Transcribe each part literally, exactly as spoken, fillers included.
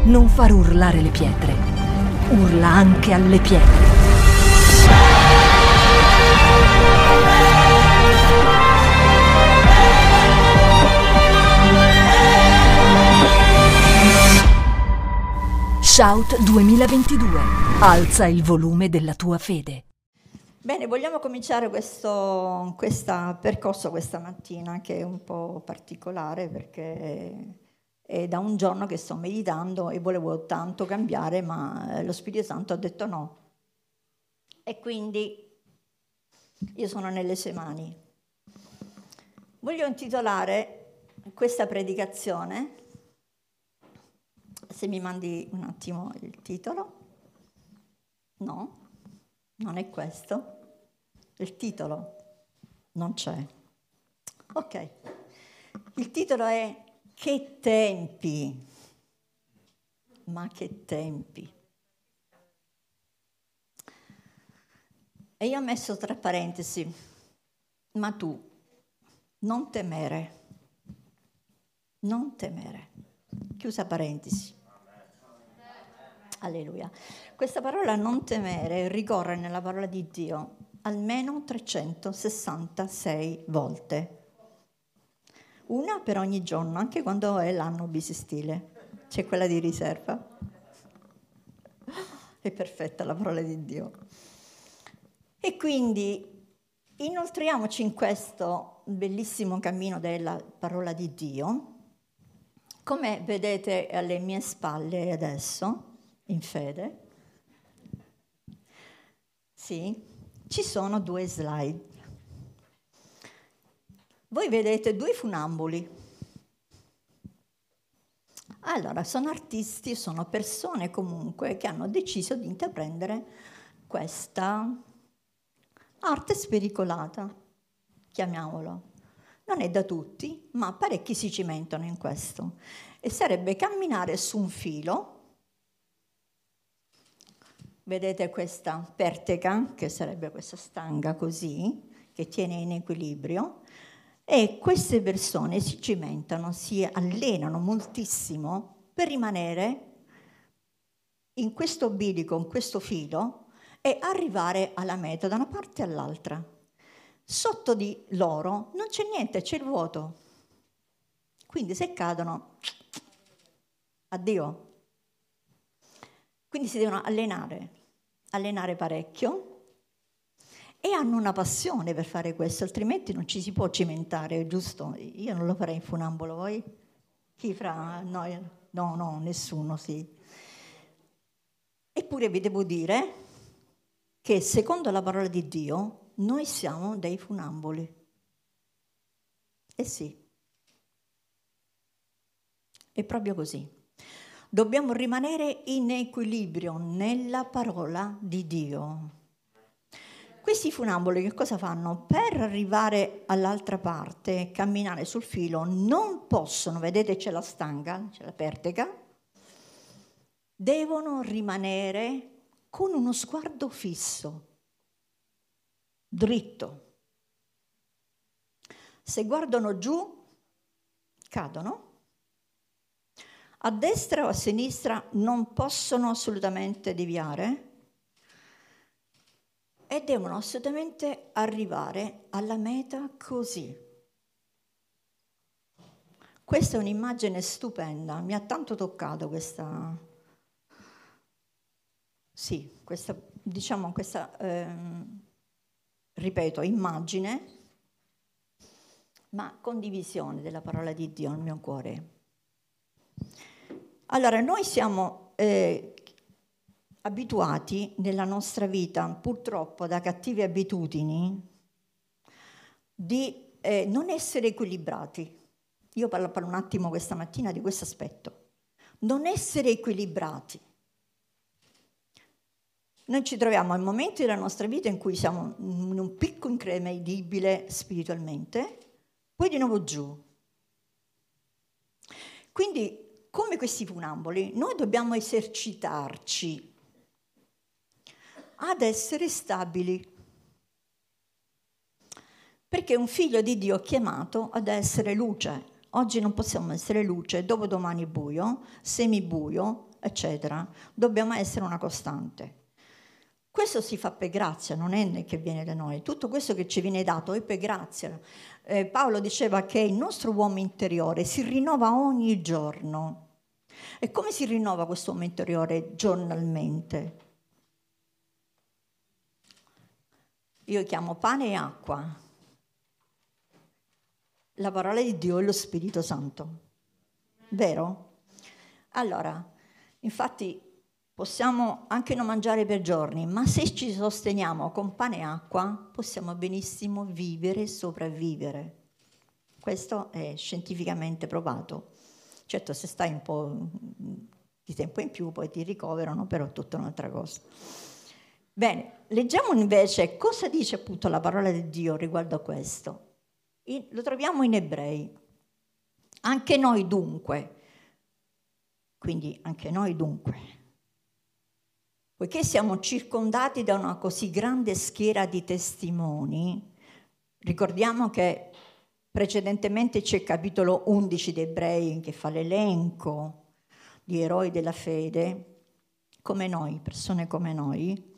non far urlare le pietre. Urla anche alle pietre. Shout duemilaventidue. Alza il volume della tua fede. Bene, vogliamo cominciare questo questa percorso questa mattina, che è un po' particolare perché è da un giorno che sto meditando e volevo tanto cambiare, ma lo Spirito Santo ha detto no. E quindi io sono nelle sue mani. Voglio intitolare questa predicazione, se mi mandi un attimo il titolo. No? Non è questo? Il titolo non c'è. Ok. Il titolo è Che tempi? Ma che tempi? E io ho messo tra parentesi, ma tu non temere, non temere. Chiusa parentesi. Alleluia. Questa parola non temere ricorre nella parola di Dio almeno trecentosessantasei volte. Una per ogni giorno, anche quando è l'anno bisestile. C'è quella di riserva. È perfetta la parola di Dio. E quindi inoltriamoci in questo bellissimo cammino della parola di Dio. Come vedete alle mie spalle adesso, in fede, sì, ci sono due slide. Voi vedete due funamboli. Allora, sono artisti, sono persone comunque che hanno deciso di intraprendere questa arte spericolata, chiamiamolo. Non è da tutti, ma parecchi si cimentano in questo. E sarebbe camminare su un filo. Vedete questa perteca, che sarebbe questa stanga così, che tiene in equilibrio, e queste persone si cimentano, si allenano moltissimo per rimanere in questo bilico, in questo filo, e arrivare alla meta da una parte all'altra. Sotto di loro non c'è niente, c'è il vuoto. Quindi se cadono, addio. Quindi si devono allenare. allenare parecchio e hanno una passione per fare questo, altrimenti non ci si può cimentare, giusto? Io non lo farei in funambolo, voi? Chi fra? No, no, no, nessuno, sì. Eppure vi devo dire che secondo la parola di Dio noi siamo dei funamboli. Eh sì, è proprio così. Dobbiamo rimanere in equilibrio nella parola di Dio. Questi funamboli che cosa fanno? Per arrivare all'altra parte, camminare sul filo, non possono, vedete c'è la stanga, c'è la perteca, devono rimanere con uno sguardo fisso, dritto. Se guardano giù, cadono. A destra o a sinistra non possono assolutamente deviare e devono assolutamente arrivare alla meta così. Questa è un'immagine stupenda, mi ha tanto toccato questa, sì, questa, diciamo questa, ehm, ripeto, immagine, ma condivisione della parola di Dio nel mio cuore. Allora, noi siamo eh, abituati nella nostra vita, purtroppo da cattive abitudini, di eh, non essere equilibrati. Io parlo, parlo un attimo questa mattina di questo aspetto. Non essere equilibrati. Noi ci troviamo al momento della nostra vita in cui siamo in un picco incredibile spiritualmente, poi di nuovo giù. Quindi, come questi funamboli, noi dobbiamo esercitarci ad essere stabili, perché un figlio di Dio è chiamato ad essere luce. Oggi non possiamo essere luce, dopodomani buio, semibuio, eccetera, dobbiamo essere una costante. Questo si fa per grazia, non è che viene da noi. Tutto questo che ci viene dato è per grazia. Eh, Paolo diceva che il nostro uomo interiore si rinnova ogni giorno. E come si rinnova questo uomo interiore giornalmente? Io chiamo pane e acqua. La parola di Dio è lo Spirito Santo. Vero? Allora, infatti possiamo anche non mangiare per giorni, ma se ci sosteniamo con pane e acqua, possiamo benissimo vivere e sopravvivere. Questo è scientificamente provato. Certo, se stai un po' di tempo in più, poi ti ricoverano, però è tutta un'altra cosa. Bene, leggiamo invece cosa dice appunto la parola di Dio riguardo a questo. In, lo troviamo in Ebrei. Anche noi dunque, quindi anche noi dunque, poiché siamo circondati da una così grande schiera di testimoni, ricordiamo che precedentemente c'è il capitolo undici di Ebrei che fa l'elenco di eroi della fede, come noi, persone come noi,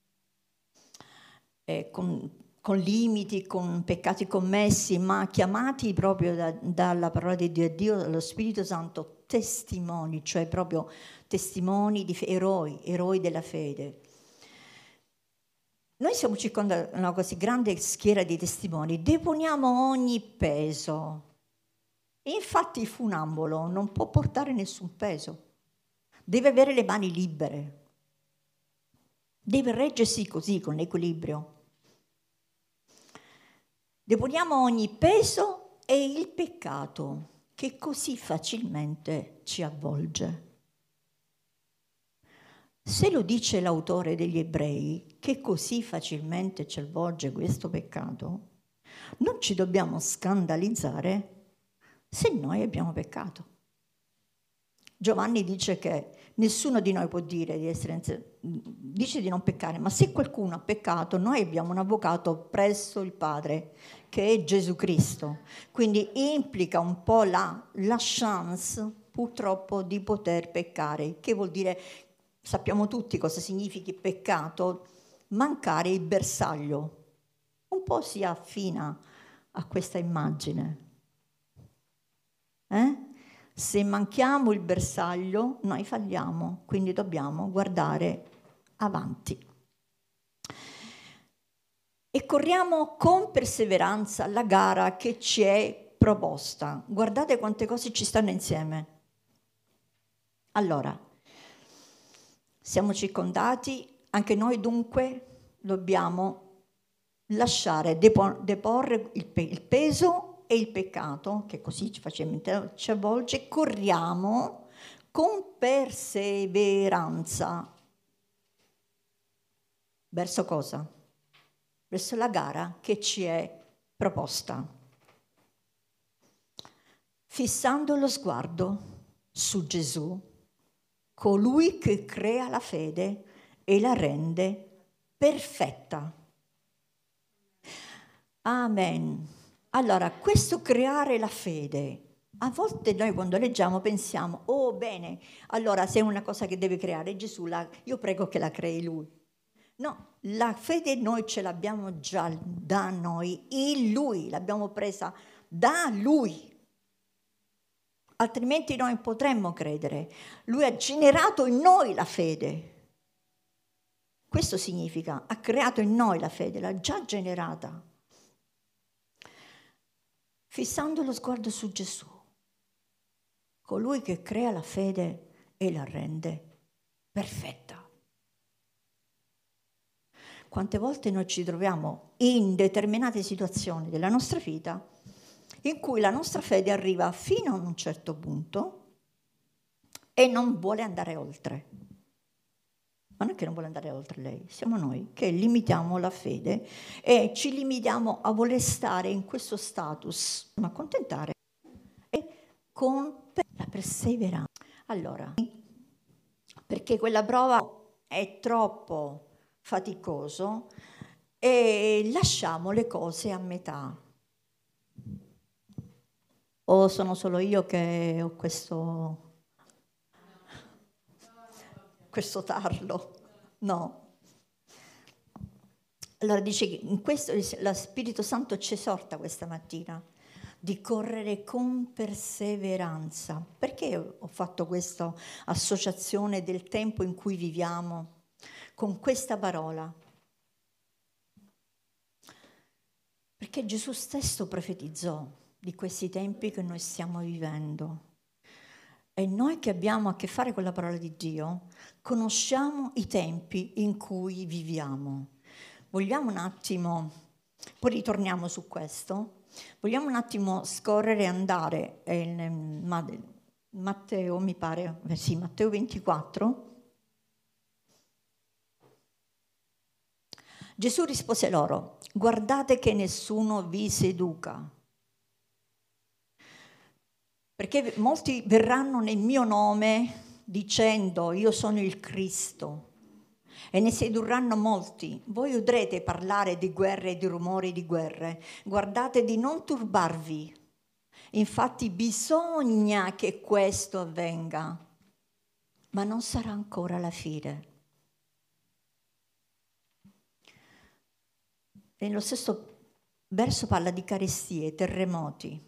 eh, con, con limiti, con peccati commessi, ma chiamati proprio da, dalla parola di Dio, Dio, dallo Spirito Santo, testimoni, cioè proprio testimoni di eroi, eroi della fede. Noi siamo circondati da una così grande schiera di testimoni, deponiamo ogni peso. Infatti il funambolo non può portare nessun peso, deve avere le mani libere, deve reggersi così, con l'equilibrio. Deponiamo ogni peso e il peccato che così facilmente ci avvolge. Se lo dice l'autore degli Ebrei, che così facilmente ci avvolge questo peccato, non ci dobbiamo scandalizzare se noi abbiamo peccato. Giovanni dice che nessuno di noi può dire di essere, dice di non peccare, ma se qualcuno ha peccato, noi abbiamo un avvocato presso il Padre, che è Gesù Cristo. Quindi implica un po' la, la chance, purtroppo, di poter peccare, che vuol dire, sappiamo tutti cosa significhi peccato, mancare il bersaglio. Un po' si affina a questa immagine. Eh? Se manchiamo il bersaglio, noi falliamo, quindi dobbiamo guardare avanti. E corriamo con perseveranza la gara che ci è proposta. Guardate quante cose ci stanno insieme. Allora, siamo circondati, anche noi dunque dobbiamo lasciare, deporre il, pe- il peso e il peccato, che così facilmente ci avvolge, corriamo con perseveranza. Verso cosa? Verso la gara che ci è proposta. Fissando lo sguardo su Gesù, colui che crea la fede e la rende perfetta. Amen. Allora, questo creare la fede, a volte noi quando leggiamo pensiamo, oh bene, allora se è una cosa che deve creare Gesù, la, io prego che la crei Lui. No, la fede noi ce l'abbiamo già da noi, in Lui, l'abbiamo presa da Lui. Altrimenti noi potremmo credere. Lui ha generato in noi la fede. Questo significa, ha creato in noi la fede, l'ha già generata. Fissando lo sguardo su Gesù, colui che crea la fede e la rende perfetta. Quante volte noi ci troviamo in determinate situazioni della nostra vita in cui la nostra fede arriva fino a un certo punto e non vuole andare oltre. Ma non è che non vuole andare oltre lei, siamo noi che limitiamo la fede e ci limitiamo a voler stare in questo status, ma accontentare e con la perseveranza. Allora, perché quella prova è troppo faticoso e lasciamo le cose a metà. O sono solo io che ho questo... questo tarlo, no. Allora dice che in questo lo Spirito Santo ci esorta questa mattina di correre con perseveranza. Perché ho fatto questa associazione del tempo in cui viviamo con questa parola? Perché Gesù stesso profetizzò di questi tempi che noi stiamo vivendo. E noi che abbiamo a che fare con la parola di Dio, conosciamo i tempi in cui viviamo. Vogliamo un attimo, poi ritorniamo su questo, vogliamo un attimo scorrere e andare in Matteo, mi pare, sì, Matteo ventiquattro. Gesù rispose loro: guardate che nessuno vi seduca, perché molti verranno nel mio nome dicendo io sono il Cristo, e ne sedurranno molti. Voi udrete parlare di guerre e di rumori di guerre. Guardate di non turbarvi. Infatti bisogna che questo avvenga, ma non sarà ancora la fine. Nello stesso verso parla di carestie, terremoti.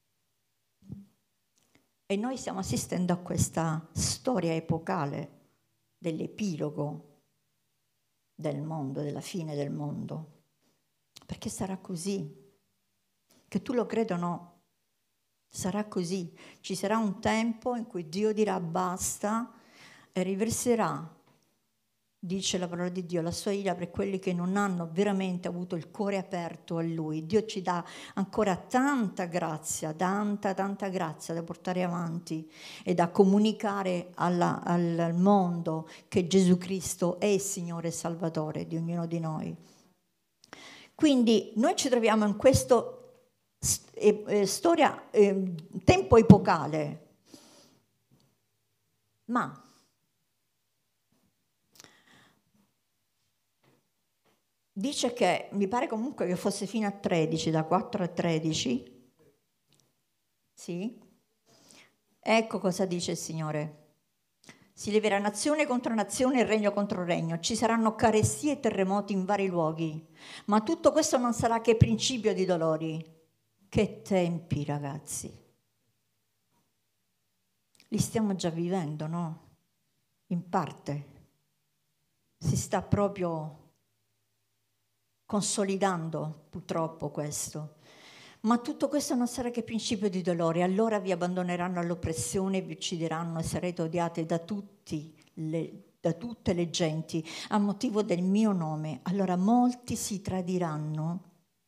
E noi stiamo assistendo a questa storia epocale dell'epilogo del mondo, della fine del mondo. Perché sarà così. Che tu lo creda o no, sarà così. Ci sarà un tempo in cui Dio dirà basta e riverserà, dice la parola di Dio, la sua ira per quelli che non hanno veramente avuto il cuore aperto a Lui. Dio ci dà ancora tanta grazia, tanta, tanta grazia da portare avanti e da comunicare alla, al mondo che Gesù Cristo è il Signore e Salvatore di ognuno di noi. Quindi noi ci troviamo in questo eh, eh, storia, eh, tempo epocale, ma dice che, mi pare comunque che fosse fino a tredici, da quattro a tredici, sì? Ecco cosa dice il Signore. Si leverà nazione contro nazione e regno contro regno, ci saranno carestie e terremoti in vari luoghi, ma tutto questo non sarà che principio di dolori. Che tempi, ragazzi! Li stiamo già vivendo, no? In parte. Si sta proprio consolidando purtroppo questo. Ma tutto questo non sarà che principio di dolore. Allora vi abbandoneranno all'oppressione, vi uccideranno e sarete odiate da, tutti le, da tutte le genti a motivo del mio nome. Allora molti si tradiranno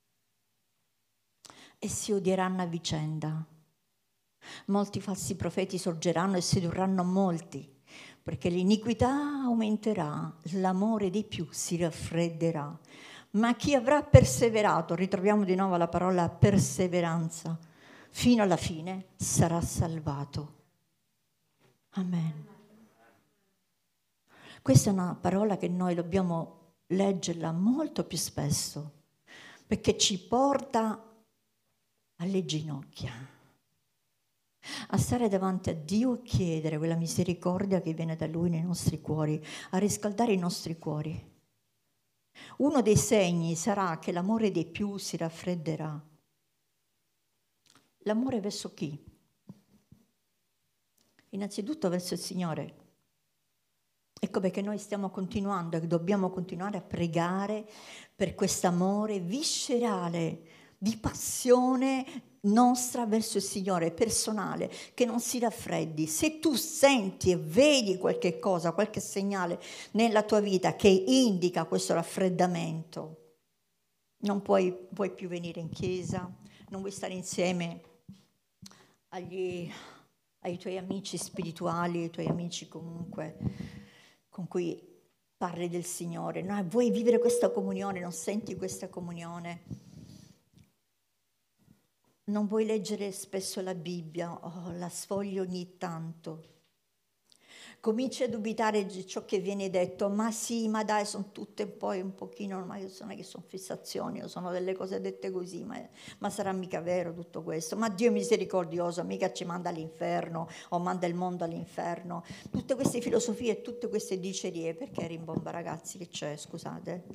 e si odieranno a vicenda. Molti falsi profeti sorgeranno e sedurranno molti, perché l'iniquità aumenterà, l'amore dei più si raffredderà. Ma chi avrà perseverato, ritroviamo di nuovo la parola perseveranza, fino alla fine sarà salvato. Amen. Questa è una parola che noi dobbiamo leggerla molto più spesso, perché ci porta alle ginocchia, a stare davanti a Dio e chiedere quella misericordia che viene da Lui nei nostri cuori, a riscaldare i nostri cuori. Uno dei segni sarà che l'amore dei più si raffredderà. L'amore verso chi? Innanzitutto verso il Signore. Ecco perché noi stiamo continuando e dobbiamo continuare a pregare per quest'amore viscerale, di passione nostra verso il Signore, personale, che non si raffreddi. Se tu senti e vedi qualche cosa, qualche segnale nella tua vita che indica questo raffreddamento, non puoi, puoi più venire in chiesa, non vuoi stare insieme agli, ai tuoi amici spirituali, ai tuoi amici comunque con cui parli del Signore, no? Vuoi vivere questa comunione, non senti questa comunione. Non vuoi leggere spesso la Bibbia, oh, la sfoglio ogni tanto. cominci a dubitare di ciò che viene detto, ma sì, ma dai, sono tutte poi un pochino, ma io sono che sono fissazioni, o sono delle cose dette così, ma, ma sarà mica vero tutto questo, ma Dio misericordioso, mica ci manda all'inferno o manda il mondo all'inferno. Tutte queste filosofie e tutte queste dicerie, perché rimbomba ragazzi, che c'è, scusate?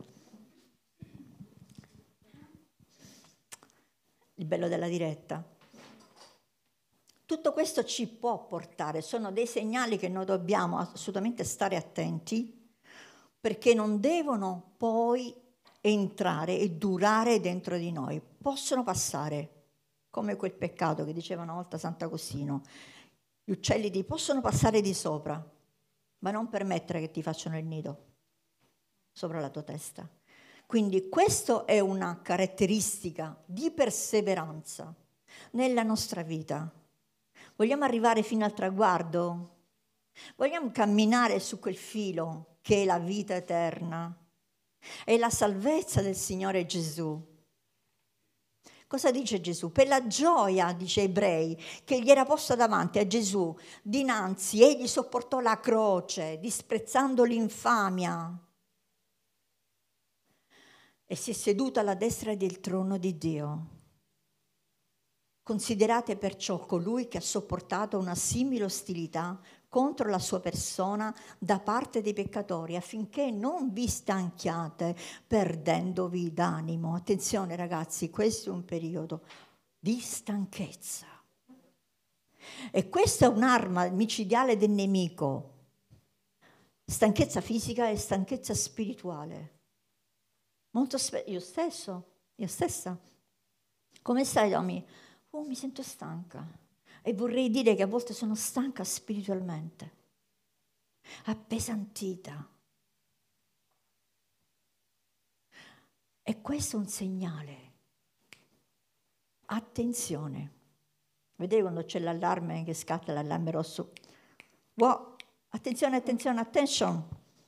Il bello della diretta. Tutto questo ci può portare, sono dei segnali che noi dobbiamo assolutamente stare attenti, perché non devono poi entrare e durare dentro di noi, possono passare, come quel peccato che diceva una volta Sant'Agostino, gli uccelli ti possono passare di sopra, ma non permettere che ti facciano il nido sopra la tua testa. Quindi questa è una caratteristica di perseveranza nella nostra vita. Vogliamo arrivare fino al traguardo? Vogliamo camminare su quel filo che è la vita eterna? È la salvezza del Signore Gesù. Cosa dice Gesù? Per la gioia, dice Ebrei, che gli era posta davanti a Gesù, dinanzi egli sopportò la croce, disprezzando l'infamia, e si è seduto alla destra del trono di Dio. Considerate perciò colui che ha sopportato una simile ostilità contro la sua persona da parte dei peccatori, affinché non vi stanchiate perdendovi d'animo. Attenzione ragazzi, questo è un periodo di stanchezza. E questa è un'arma micidiale del nemico. Stanchezza fisica e stanchezza spirituale. Molto spesso, io stesso, io stessa. Come stai, Domi? Oh, mi sento stanca. E vorrei dire che a volte sono stanca spiritualmente, appesantita. E questo è un segnale. Attenzione. Vedete quando c'è l'allarme che scatta, l'allarme rosso? Wow, attenzione, attenzione, attention.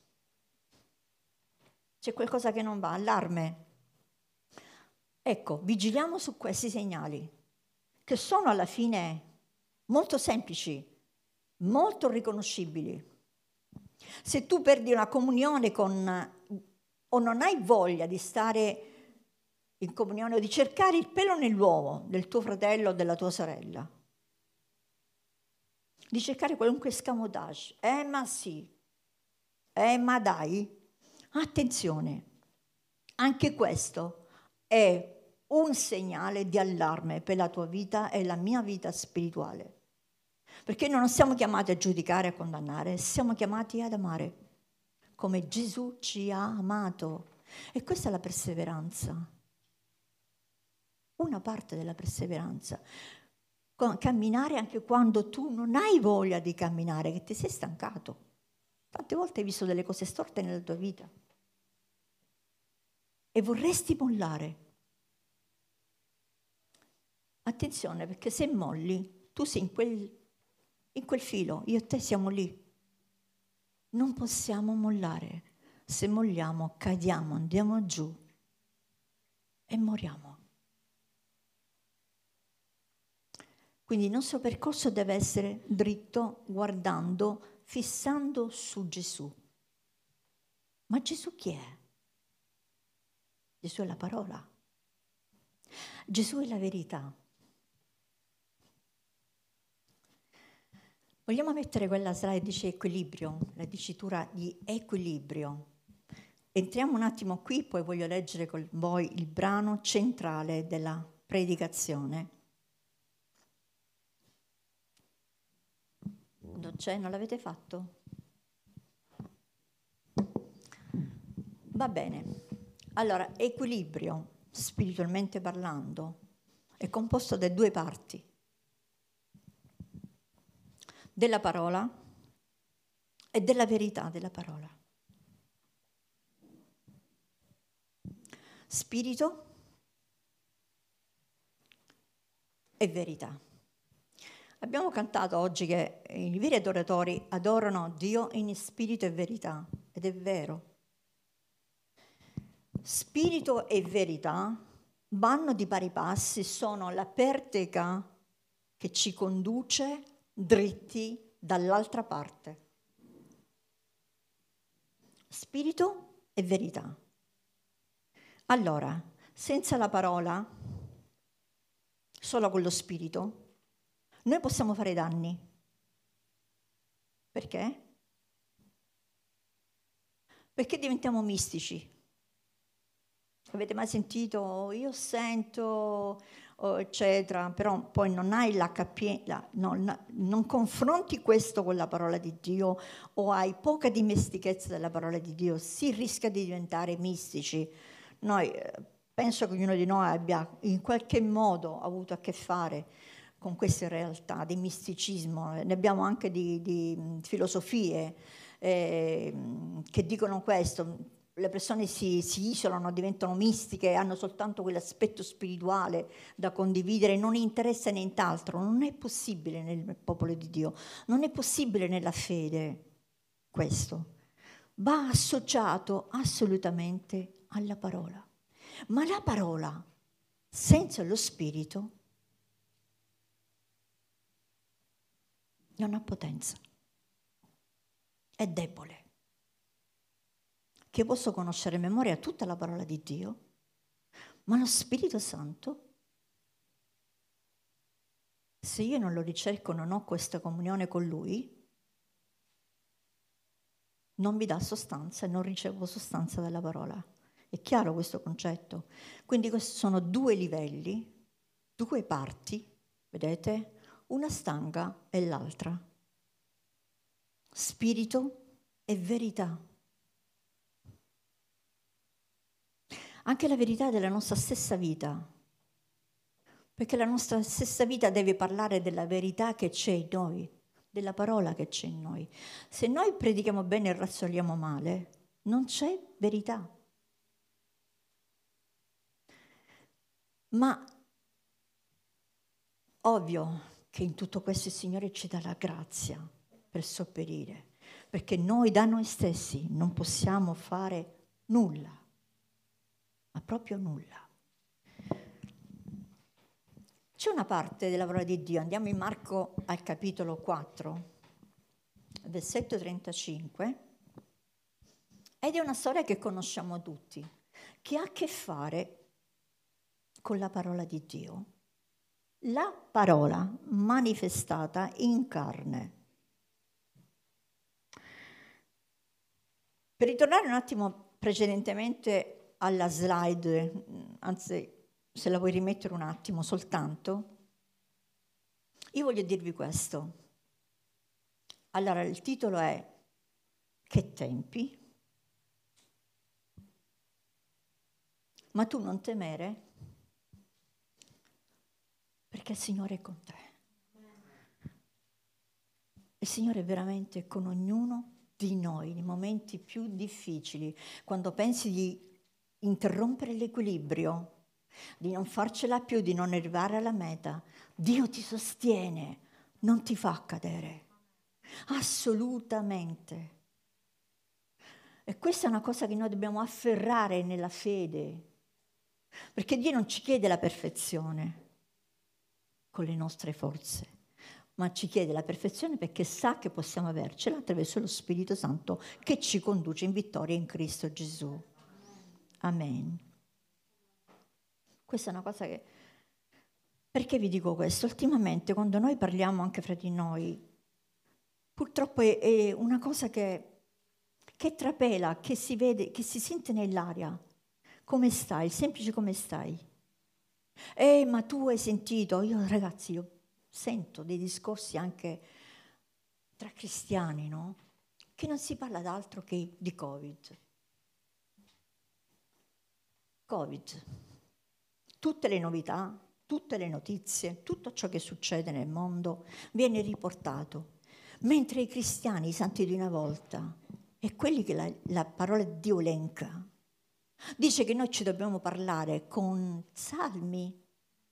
C'è qualcosa che non va, allarme. Ecco, vigiliamo su questi segnali, che sono alla fine molto semplici, molto riconoscibili. Se tu perdi una comunione con, o non hai voglia di stare in comunione o di cercare il pelo nell'uovo del tuo fratello o della tua sorella, di cercare qualunque escamotage, eh ma sì, eh ma dai, attenzione, anche questo è un segnale di allarme per la tua vita e la mia vita spirituale. Perché noi non siamo chiamati a giudicare e a condannare, siamo chiamati ad amare, come Gesù ci ha amato. E questa è la perseveranza. Una parte della perseveranza. Camminare anche quando tu non hai voglia di camminare, che ti sei stancato. Tante volte hai visto delle cose storte nella tua vita e vorresti mollare. Attenzione, perché se molli, tu sei in quel, in quel filo, io e te siamo lì. Non possiamo mollare. Se molliamo, cadiamo, andiamo giù e moriamo. Quindi il nostro percorso deve essere dritto, guardando, fissando su Gesù. Ma Gesù chi è? Gesù è la parola. Gesù è la verità. Vogliamo mettere quella slide che dice equilibrio, la dicitura di equilibrio. Entriamo un attimo qui, poi voglio leggere con voi il brano centrale della predicazione. Non c'è? Non l'avete fatto? Va bene. Allora, equilibrio, spiritualmente parlando, è composto da due parti. Della parola e della verità della parola. Spirito e verità. Abbiamo cantato oggi che i veri adoratori adorano Dio in spirito e verità, ed è vero. Spirito e verità vanno di pari passi, sono la perteca che ci conduce dritti dall'altra parte. spirito e verità. Allora, senza la parola, solo con lo spirito, noi possiamo fare danni. Perché? Perché diventiamo mistici. Avete mai sentito, io sento, oh, eccetera, però poi non hai la capienza, no, no, non confronti questo con la parola di Dio o hai poca dimestichezza della parola di Dio, si rischia di diventare mistici. Noi, eh, penso che ognuno di noi abbia in qualche modo avuto a che fare con queste realtà di misticismo, ne abbiamo anche di, di filosofie eh, che dicono questo. Le persone si, si isolano, diventano mistiche, hanno soltanto quell'aspetto spirituale da condividere, non interessa nient'altro. Non è possibile nel popolo di Dio, non è possibile nella fede questo. Va associato assolutamente alla parola. Ma la parola senza lo spirito non ha potenza, è debole. Che io posso conoscere a memoria tutta la parola di Dio, ma lo Spirito Santo, se io non lo ricerco, non ho questa comunione con Lui, non mi dà sostanza e non ricevo sostanza dalla parola. È chiaro questo concetto? Quindi questi sono due livelli, due parti, vedete? Una stanga e l'altra. Spirito e verità. Anche la verità della nostra stessa vita, perché la nostra stessa vita deve parlare della verità che c'è in noi, della parola che c'è in noi. Se noi predichiamo bene e razzoliamo male, non c'è verità. Ma ovvio che in tutto questo il Signore ci dà la grazia per sopperire, perché noi da noi stessi non possiamo fare nulla. Ma proprio nulla. C'è una parte della parola di Dio, andiamo in Marco al capitolo quattro, versetto trentacinque, ed è una storia che conosciamo tutti, che ha a che fare con la parola di Dio. La parola manifestata in carne. Per ritornare un attimo precedentemente alla slide, anzi se la vuoi rimettere un attimo soltanto, io voglio dirvi questo. Allora il titolo è Che tempi? Ma tu non temere, perché il Signore è con te. Il Signore è veramente con ognuno di noi nei momenti più difficili, quando pensi di interrompere l'equilibrio, di non farcela più, di non arrivare alla meta. Dio ti sostiene, non ti fa cadere. Assolutamente. E questa è una cosa che noi dobbiamo afferrare nella fede, perché Dio non ci chiede la perfezione con le nostre forze, ma ci chiede la perfezione perché sa che possiamo avercela attraverso lo Spirito Santo che ci conduce in vittoria in Cristo Gesù. Amen. Questa è una cosa che... Perché vi dico questo? Ultimamente quando noi parliamo anche fra di noi, purtroppo è, è una cosa che, che trapela, che si vede, che si sente nell'aria. Come stai? Il semplice come stai? Eh, ma tu hai sentito? Io ragazzi, io sento dei discorsi anche tra cristiani, no? Che non si parla d'altro che di Covid. Covid, tutte le novità, tutte le notizie, tutto ciò che succede nel mondo viene riportato, mentre i cristiani, i santi di una volta, e quelli che la, la parola di Dio elenca, dice che noi ci dobbiamo parlare con salmi,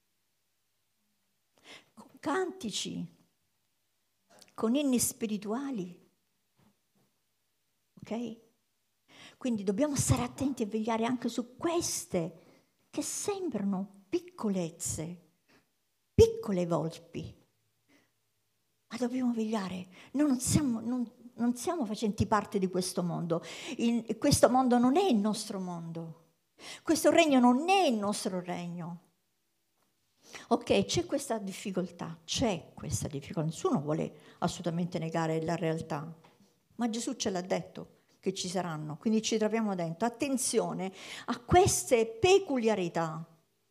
con cantici, con inni spirituali, ok? Quindi dobbiamo stare attenti e vegliare anche su queste che sembrano piccolezze, piccole volpi, ma dobbiamo vegliare. Noi non, siamo, non, non siamo facenti parte di questo mondo. Il, questo mondo non è il nostro mondo. Questo regno non è il nostro regno. Ok, c'è questa difficoltà, c'è questa difficoltà. Nessuno vuole assolutamente negare la realtà, ma Gesù ce l'ha detto che ci saranno, quindi ci troviamo dentro. Attenzione a queste peculiarità.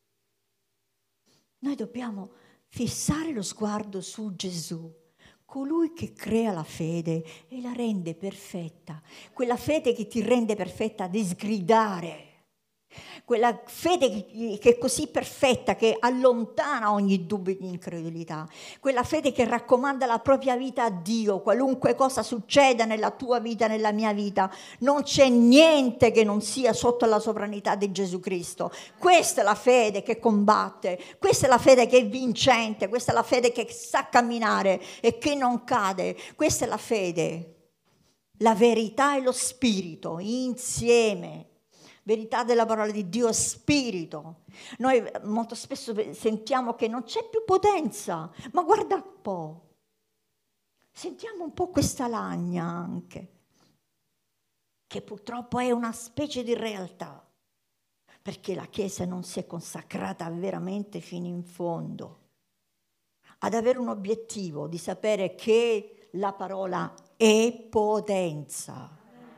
Noi dobbiamo fissare lo sguardo su Gesù, colui che crea la fede e la rende perfetta, quella fede che ti rende perfetta di sgridare, quella fede che, che è così perfetta che allontana ogni dubbio di incredulità, quella fede che raccomanda la propria vita a Dio, qualunque cosa succeda nella tua vita, nella mia vita, non c'è niente che non sia sotto la sovranità di Gesù Cristo. Questa è la fede che combatte, questa è la fede che è vincente, questa è la fede che sa camminare e che non cade, questa è la fede, la verità e lo spirito insieme. Verità della parola di Dio è spirito. Noi molto spesso sentiamo che non c'è più potenza, ma guarda un po', sentiamo un po' questa lagna anche, che purtroppo è una specie di realtà, perché la Chiesa non si è consacrata veramente fino in fondo ad avere un obiettivo di sapere che la parola è potenza.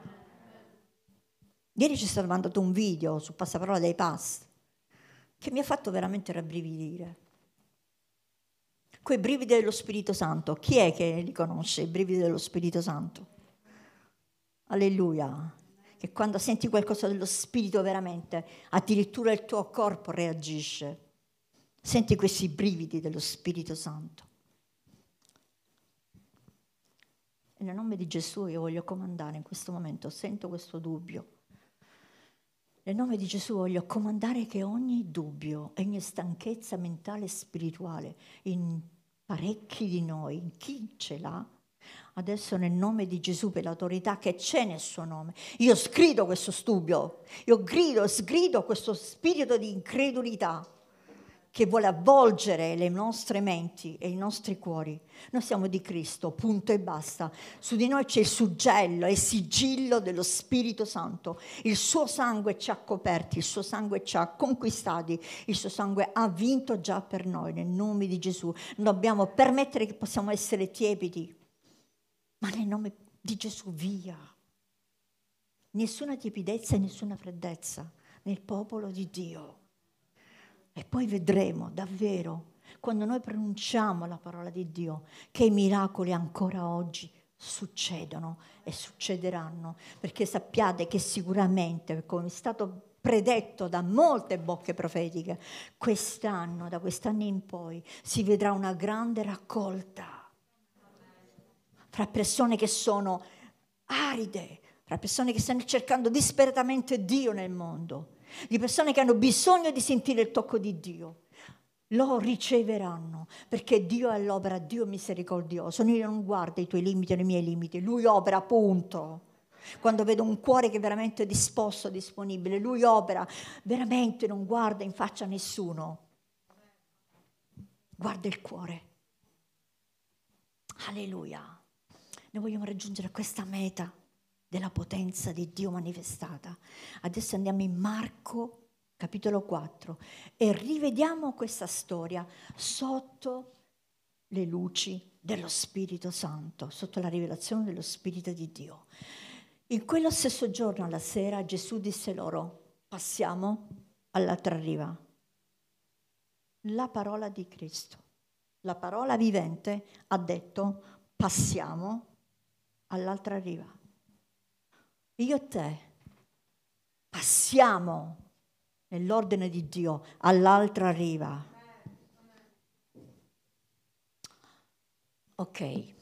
Ieri ci è stato mandato un video su Passaparola dei Pass che mi ha fatto veramente rabbrividire. Quei brividi dello Spirito Santo, chi è che li conosce, i brividi dello Spirito Santo? Alleluia! Che quando senti qualcosa dello Spirito veramente, addirittura il tuo corpo reagisce. Senti questi brividi dello Spirito Santo. E nel nome di Gesù io voglio comandare in questo momento, sento questo dubbio. Nel nome di Gesù voglio comandare che ogni dubbio, ogni stanchezza mentale e spirituale in parecchi di noi, in chi ce l'ha, adesso nel nome di Gesù, per l'autorità che c'è nel suo nome, io sgrido questo dubbio, io grido, sgrido questo spirito di incredulità che vuole avvolgere le nostre menti e i nostri cuori. Noi siamo di Cristo, punto e basta. Su di noi c'è il suggello e il sigillo dello Spirito Santo. Il suo sangue ci ha coperti, il suo sangue ci ha conquistati, il suo sangue ha vinto già per noi, nel nome di Gesù. Non dobbiamo permettere che possiamo essere tiepidi, ma nel nome di Gesù via. Nessuna tiepidezza e nessuna freddezza nel popolo di Dio. E poi vedremo davvero, quando noi pronunciamo la parola di Dio, che i miracoli ancora oggi succedono e succederanno, perché sappiate che sicuramente, come è stato predetto da molte bocche profetiche, quest'anno, da quest'anno in poi, si vedrà una grande raccolta fra persone che sono aride, fra persone che stanno cercando disperatamente Dio nel mondo, di persone che hanno bisogno di sentire il tocco di Dio. Lo riceveranno, perché Dio è all'opera, Dio è misericordioso. Lui non guarda i tuoi limiti e i miei limiti, Lui opera, punto. Quando vedo un cuore che è veramente disposto, disponibile, Lui opera, veramente non guarda in faccia a nessuno. Guarda il cuore. Alleluia. Noi vogliamo raggiungere questa meta della potenza di Dio manifestata. Adesso andiamo in Marco, capitolo quattro, e rivediamo questa storia sotto le luci dello Spirito Santo, sotto la rivelazione dello Spirito di Dio. In quello stesso giorno, alla sera, Gesù disse loro: passiamo all'altra riva. La parola di Cristo, la parola vivente, ha detto: passiamo all'altra riva. Io e te passiamo nell'ordine di Dio all'altra riva. Ok.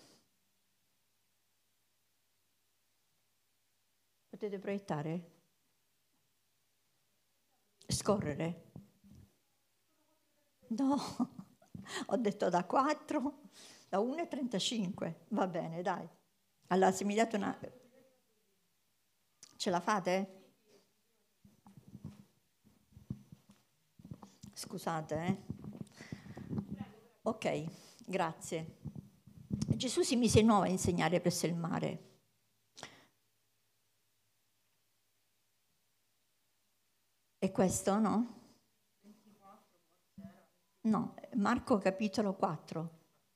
Potete proiettare? Scorrere? No, ho detto da quattro, da uno e trentacinque. Va bene, dai. Allora, se mi date una... Ce la fate? Scusate, eh? Ok, grazie. Gesù si mise di nuovo a insegnare presso il mare È questo, no? No, Marco capitolo quattro.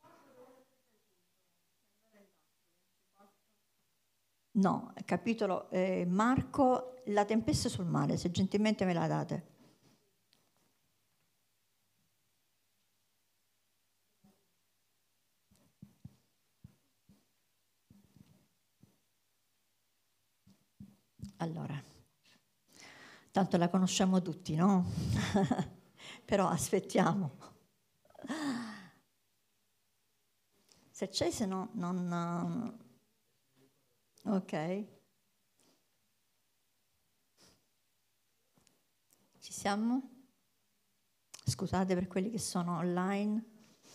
No, capitolo eh, Marco, la tempesta sul mare, se gentilmente me la date. Allora, tanto la conosciamo tutti, no? Però aspettiamo. Se c'è, se no non... Ok. Ci siamo? Scusate per quelli che sono online.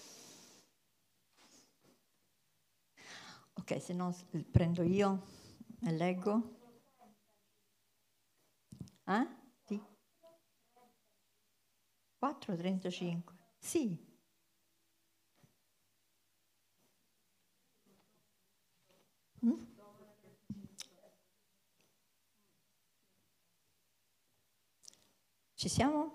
Ok, se no prendo io e leggo. Eh? Sì. quattro trentacinque. Sì. Mm? Ci siamo?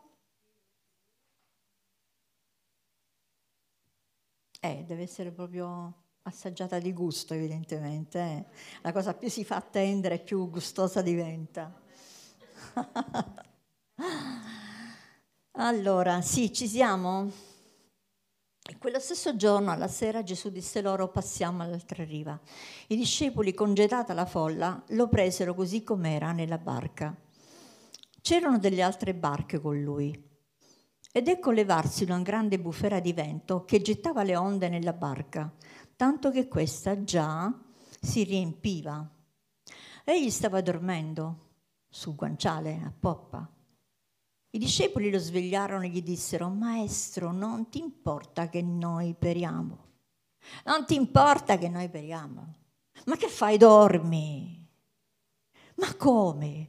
Eh, deve essere proprio assaggiata di gusto, evidentemente. Eh. La cosa più si fa attendere, più gustosa diventa. Allora, sì, ci siamo? E quello stesso giorno, alla sera, Gesù disse loro: passiamo all'altra riva. I discepoli, congedata la folla, lo presero così com'era nella barca. C'erano delle altre barche con lui. Ed ecco levarsi una grande bufera di vento che gettava le onde nella barca, tanto che questa già si riempiva. Egli stava dormendo sul guanciale a poppa. I discepoli lo svegliarono e gli dissero: Maestro, non ti importa che noi periamo? Non ti importa che noi periamo? Ma che fai, dormi? Ma come?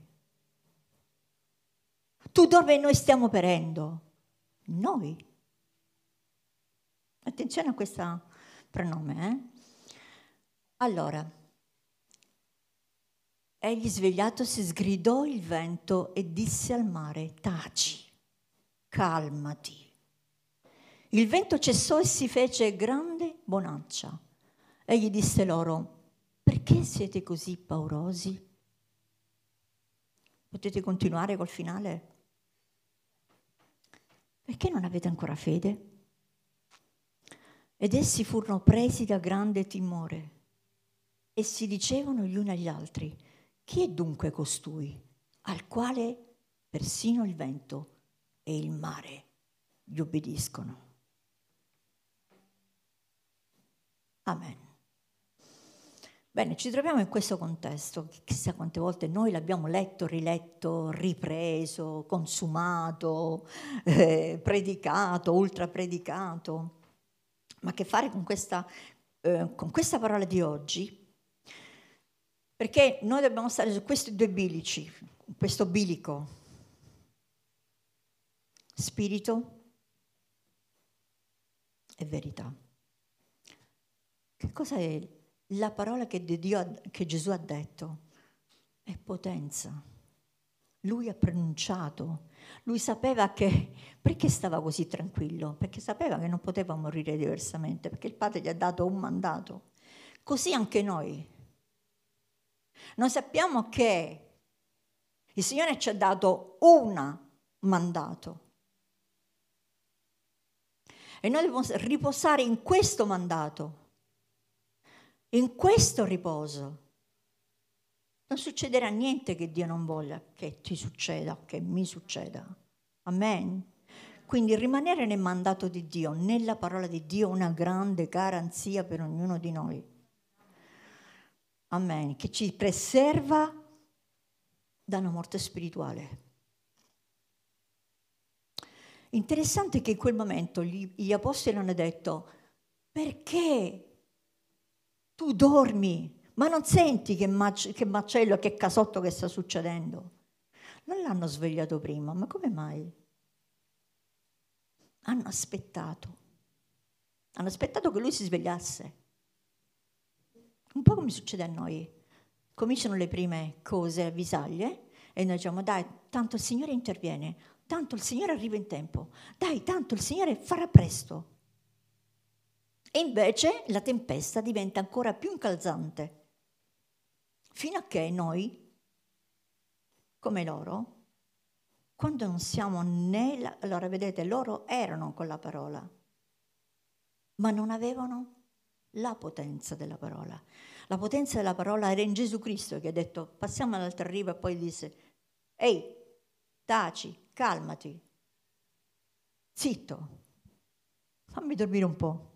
Tu dormi e noi stiamo perendo. Noi? Attenzione a questo pronome, eh? Allora, egli svegliatosi sgridò il vento e disse al mare: taci, calmati. Il vento cessò e si fece grande bonaccia. Egli disse loro: perché siete così paurosi? Potete continuare col finale? Perché non avete ancora fede? Ed essi furono presi da grande timore e si dicevano gli uni agli altri: chi è dunque costui, al quale persino il vento e il mare gli obbediscono? Amen. Bene, ci troviamo in questo contesto, chissà quante volte noi l'abbiamo letto, riletto, ripreso, consumato, eh, predicato, ultrapredicato. Ma che fare con questa, eh, con questa parola di oggi? Perché noi dobbiamo stare su questi due bilici, questo bilico, spirito e verità. Che cosa è la parola che, Dio, che Gesù ha detto? È potenza. Lui ha pronunciato, lui sapeva che, perché stava così tranquillo? Perché sapeva che non poteva morire diversamente, perché il Padre gli ha dato un mandato. Così anche noi. Noi sappiamo che il Signore ci ha dato un mandato e noi dobbiamo riposare in questo mandato, in questo riposo. Non succederà niente che Dio non voglia che ti succeda, che mi succeda. Amen. Quindi rimanere nel mandato di Dio, nella parola di Dio, una grande garanzia per ognuno di noi. Amen. Che ci preserva da una morte spirituale. Interessante che in quel momento gli, gli apostoli hanno detto: perché tu dormi? Ma non senti che, mac- che macello, che casotto che sta succedendo? Non l'hanno svegliato prima, ma come mai? Hanno aspettato. Hanno aspettato che lui si svegliasse. Un po' come succede a noi. Cominciano le prime cose, avvisaglie, E noi diciamo, dai, tanto il Signore interviene, tanto il Signore arriva in tempo, dai, tanto il Signore farà presto. E invece la tempesta diventa ancora più incalzante, fino a che noi, come loro, quando non siamo né... La... Allora, vedete, loro erano con la parola, ma non avevano la potenza della parola. La potenza della parola era in Gesù Cristo, che ha detto, passiamo all'altra riva, e poi disse, ehi, taci, calmati, zitto, fammi dormire un po'.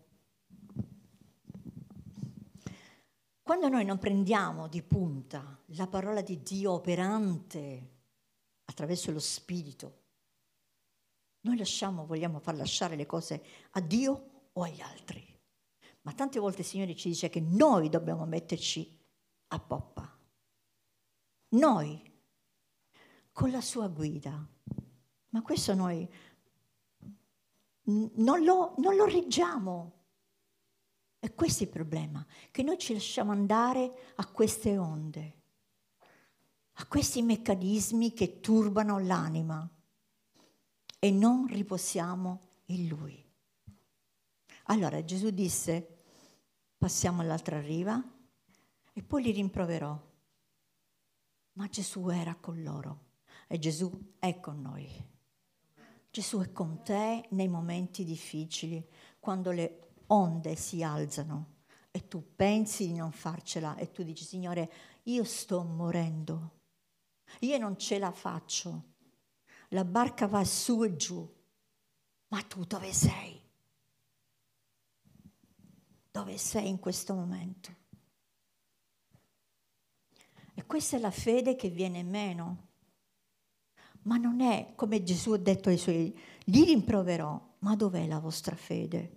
Quando noi non prendiamo di punta la parola di Dio operante attraverso lo Spirito, noi lasciamo, vogliamo far lasciare le cose a Dio o agli altri. Ma tante volte il Signore ci dice che noi dobbiamo metterci a poppa. Noi, con la sua guida. Ma questo noi non lo, non lo reggiamo. E questo è il problema, che noi ci lasciamo andare a queste onde, a questi meccanismi che turbano l'anima e non riposiamo in Lui. Allora Gesù disse, passiamo all'altra riva, e poi li rimproverò. Ma Gesù era con loro e Gesù è con noi. Gesù è con te nei momenti difficili, quando le onde si alzano e tu pensi di non farcela e tu dici, Signore, io sto morendo, io non ce la faccio, la barca va su e giù, ma tu dove sei? Dove sei in questo momento? E questa è la fede che viene meno, ma non è come Gesù ha detto ai suoi, li rimproverò, ma dov'è la vostra fede?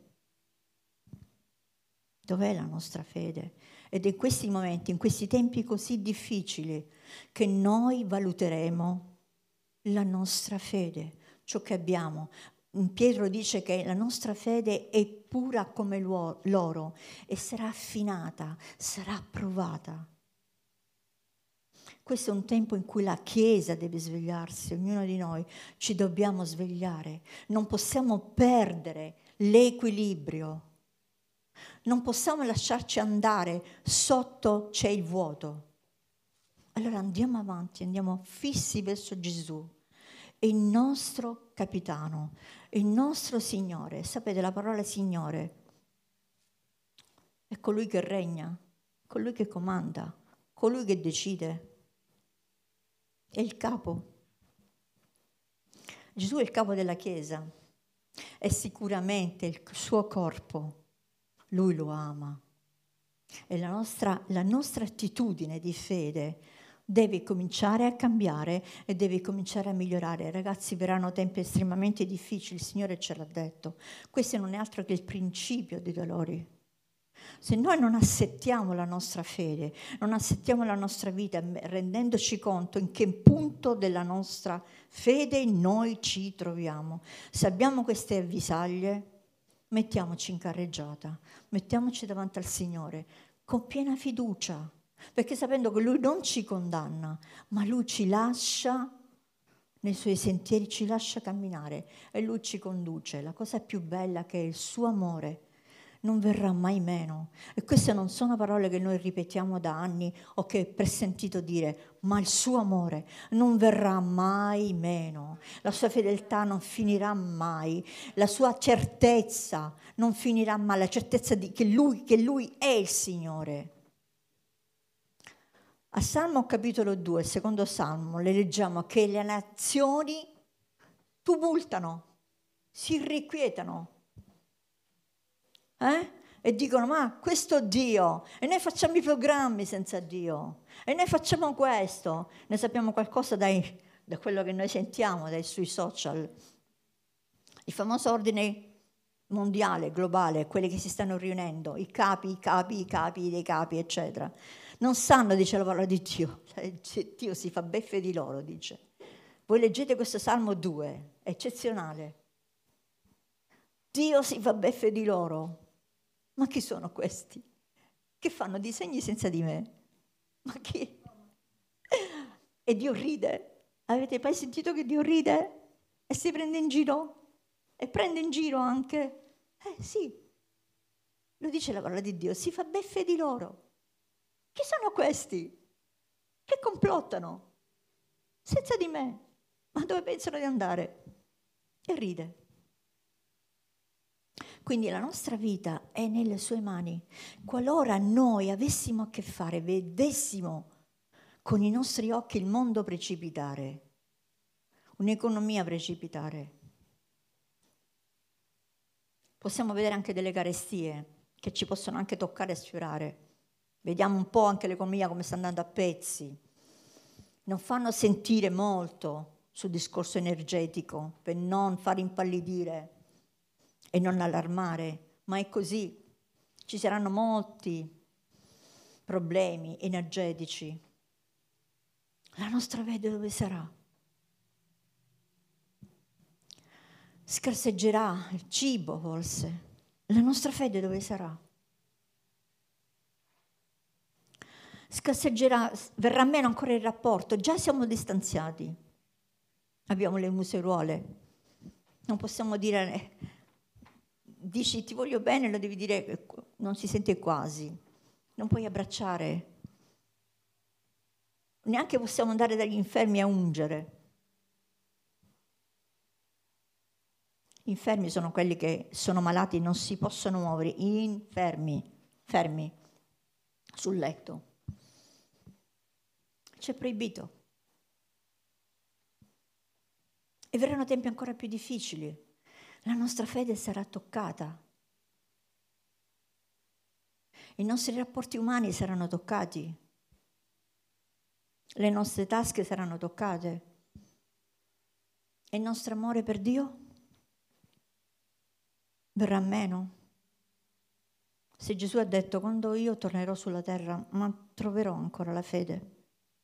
Dov'è la nostra fede? Ed è in questi momenti, in questi tempi così difficili, che noi valuteremo la nostra fede, ciò che abbiamo. Pietro dice che la nostra fede è pura come l'oro e sarà affinata, sarà provata. Questo è un tempo in cui la Chiesa deve svegliarsi, ognuno di noi ci dobbiamo svegliare. Non possiamo perdere l'equilibrio. Non possiamo lasciarci andare, sotto c'è il vuoto. Allora andiamo avanti, andiamo fissi verso Gesù, è il nostro capitano, è il nostro Signore. Sapete, la parola Signore è colui che regna, colui che comanda, colui che decide, è il capo. Gesù è il capo della Chiesa, è sicuramente il suo corpo. Lui lo ama e la nostra, la nostra attitudine di fede deve cominciare a cambiare e deve cominciare a migliorare. Ragazzi, verranno tempi estremamente difficili, il Signore ce l'ha detto. Questo non è altro che il principio dei dolori. Se noi non assettiamo la nostra fede, non assettiamo la nostra vita, rendendoci conto in che punto della nostra fede noi ci troviamo, se abbiamo queste avvisaglie, mettiamoci in carreggiata, mettiamoci davanti al Signore con piena fiducia, perché sapendo che Lui non ci condanna, ma Lui ci lascia nei Suoi sentieri, ci lascia camminare e Lui ci conduce. La cosa più bella che è il suo amore non verrà mai meno. E queste non sono parole che noi ripetiamo da anni o che per sentito dire, ma il suo amore non verrà mai meno, la sua fedeltà non finirà mai, la sua certezza non finirà mai, la certezza di che lui, che lui è il Signore. A Salmo capitolo due, secondo Salmo, le leggiamo che le nazioni tumultano, si irrequietano, Eh? E dicono, ma questo Dio, e noi facciamo i programmi senza Dio, e noi facciamo questo, ne sappiamo qualcosa dai, da quello che noi sentiamo dai, sui social. Il famoso ordine mondiale, globale, quelli che si stanno riunendo, i capi, i capi, i capi dei capi, eccetera. Non sanno, dice la parola di Dio, Dio si fa beffe di loro, dice. Voi leggete questo Salmo due, è eccezionale. Dio si fa beffe di loro. Ma chi sono questi? Che fanno disegni senza di me? Ma chi? E Dio ride. Avete mai sentito che Dio ride e si prende in giro? E prende in giro anche? Eh sì, lo dice la parola di Dio, si fa beffe di loro. Chi sono questi? Che complottano senza di me, ma dove pensano di andare? E ride. Quindi la nostra vita è nelle sue mani. Qualora noi avessimo a che fare, vedessimo con i nostri occhi il mondo precipitare, un'economia precipitare, possiamo vedere anche delle carestie che ci possono anche toccare e sfiorare. Vediamo un po' anche l'economia come sta andando a pezzi. Non fanno sentire molto sul discorso energetico per non far impallidire e non allarmare, ma è così. Ci saranno molti problemi energetici. La nostra fede dove sarà? Scarseggerà il cibo forse. La nostra fede dove sarà? Scarseggerà, verrà meno ancora il rapporto. Già siamo distanziati. Abbiamo le museruole. Non possiamo dire, dici ti voglio bene, lo devi dire, non si sente quasi. Non puoi abbracciare. Neanche possiamo andare dagli infermi a ungere. Gli infermi sono quelli che sono malati, non si possono muovere, infermi, fermi, sul letto. C'è proibito. E verranno tempi ancora più difficili. La nostra fede sarà toccata. I nostri rapporti umani saranno toccati. Le nostre tasche saranno toccate. E il nostro amore per Dio verrà meno. Se Gesù ha detto, quando io tornerò sulla terra, ma troverò ancora la fede.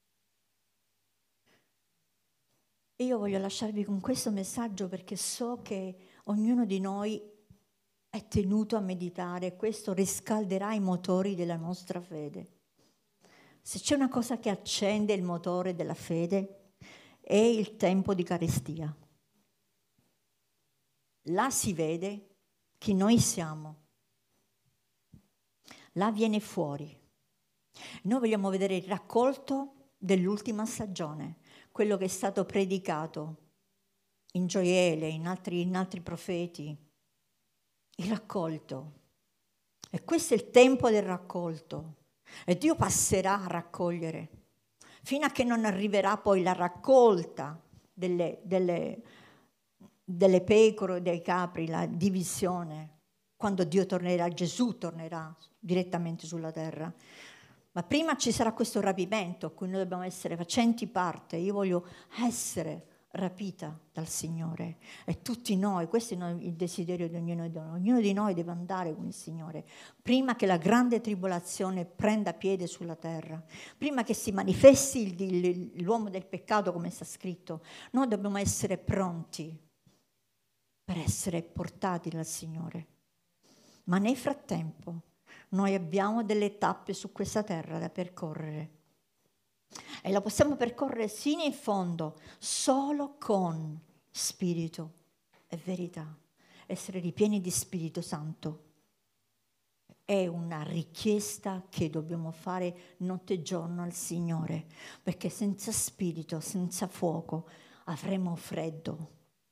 E io voglio lasciarvi con questo messaggio perché so che ognuno di noi è tenuto a meditare, questo riscalderà i motori della nostra fede. Se c'è una cosa che accende il motore della fede, è il tempo di carestia. Là si vede chi noi siamo. Là viene fuori. Noi vogliamo vedere il raccolto dell'ultima stagione, quello che è stato predicato in Gioele, in altri, in altri profeti, il raccolto. E questo è il tempo del raccolto. E Dio passerà a raccogliere, fino a che non arriverà poi la raccolta delle, delle, delle pecore, dei capri, la divisione, quando Dio tornerà, Gesù tornerà direttamente sulla terra. Ma prima ci sarà questo rapimento a cui noi dobbiamo essere facenti parte. Io voglio essere rapita dal Signore e tutti noi, questo è il desiderio di ognuno di noi. Ognuno di noi deve andare con il Signore prima che la grande tribolazione prenda piede sulla terra, prima che si manifesti il, l'uomo del peccato come sta scritto. Noi dobbiamo essere pronti per essere portati dal Signore. Ma nel frattempo noi abbiamo delle tappe su questa terra da percorrere e la possiamo percorrere sino in fondo solo con spirito e verità. Essere ripieni di Spirito Santo è una richiesta che dobbiamo fare notte e giorno al Signore, perché senza spirito, senza fuoco avremo freddo.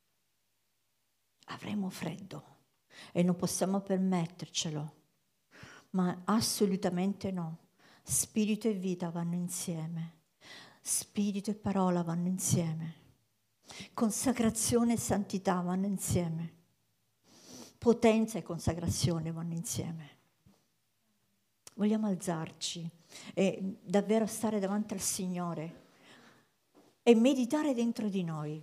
Avremo freddo e non possiamo permettercelo. Ma assolutamente no. Spirito e vita vanno insieme. Spirito e parola vanno insieme. Consacrazione e santità vanno insieme. Potenza e consacrazione vanno insieme. Vogliamo alzarci e davvero stare davanti al Signore e meditare dentro di noi.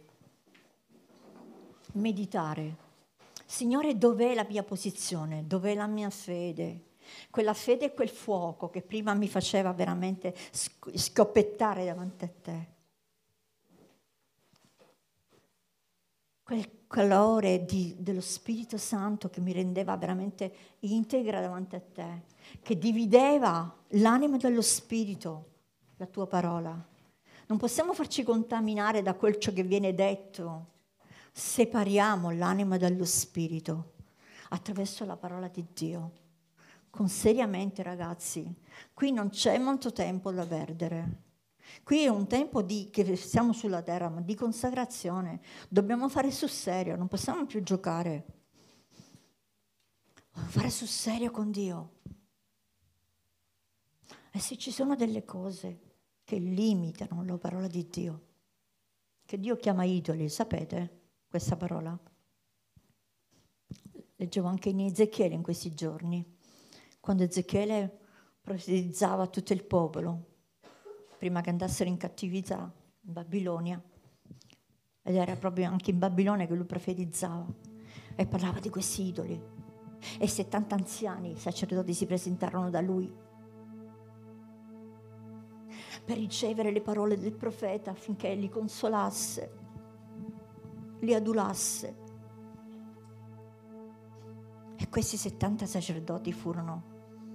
Meditare. Signore, dov'è la mia posizione? Dov'è la mia fede? Quella fede e quel fuoco che prima mi faceva veramente scoppiettare davanti a te. Quel calore di, dello Spirito Santo che mi rendeva veramente integra davanti a te, che divideva l'anima dallo spirito, la tua parola. Non possiamo farci contaminare da quel ciò che viene detto. Separiamo l'anima dallo spirito attraverso la parola di Dio. Con seriamente, ragazzi, qui non c'è molto tempo da perdere. Qui è un tempo di, che siamo sulla terra, ma di consacrazione. Dobbiamo fare sul serio, non possiamo più giocare. Fare sul serio con Dio. E se ci sono delle cose che limitano la parola di Dio, che Dio chiama idoli, sapete questa parola? Leggevo anche in Ezechiele in questi giorni, quando Ezechiele profetizzava a tutto il popolo, prima che andassero in cattività in Babilonia, ed era proprio anche in Babilonia che lui profetizzava, e parlava di questi idoli. E settanta anziani, i sacerdoti, si presentarono da lui per ricevere le parole del profeta affinché li consolasse, li adulasse. E questi settanta sacerdoti furono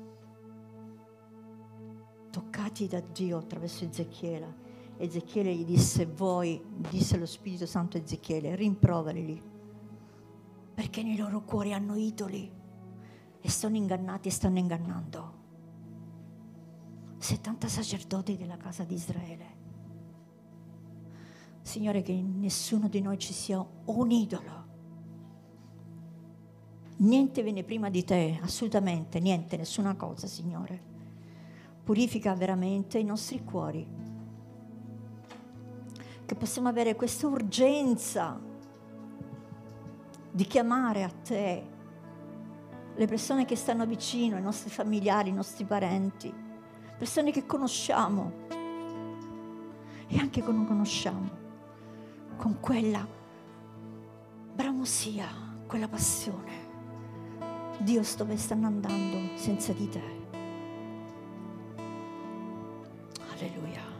toccati da Dio attraverso Ezechiele. Ezechiele gli disse: voi, disse lo Spirito Santo a Ezechiele, rimproverili, perché nei loro cuori hanno idoli e sono ingannati e stanno ingannando. settanta sacerdoti della casa di Israele. Signore, che in nessuno di noi ci sia un idolo. Niente viene prima di te, assolutamente niente, nessuna cosa, Signore. Purifica veramente i nostri cuori, che possiamo avere questa urgenza di chiamare a te le persone che stanno vicino, i nostri familiari, i nostri parenti, persone che conosciamo e anche che non conosciamo, con quella bramosia, quella passione. Dio, dove stanno andando senza di te? Alleluia.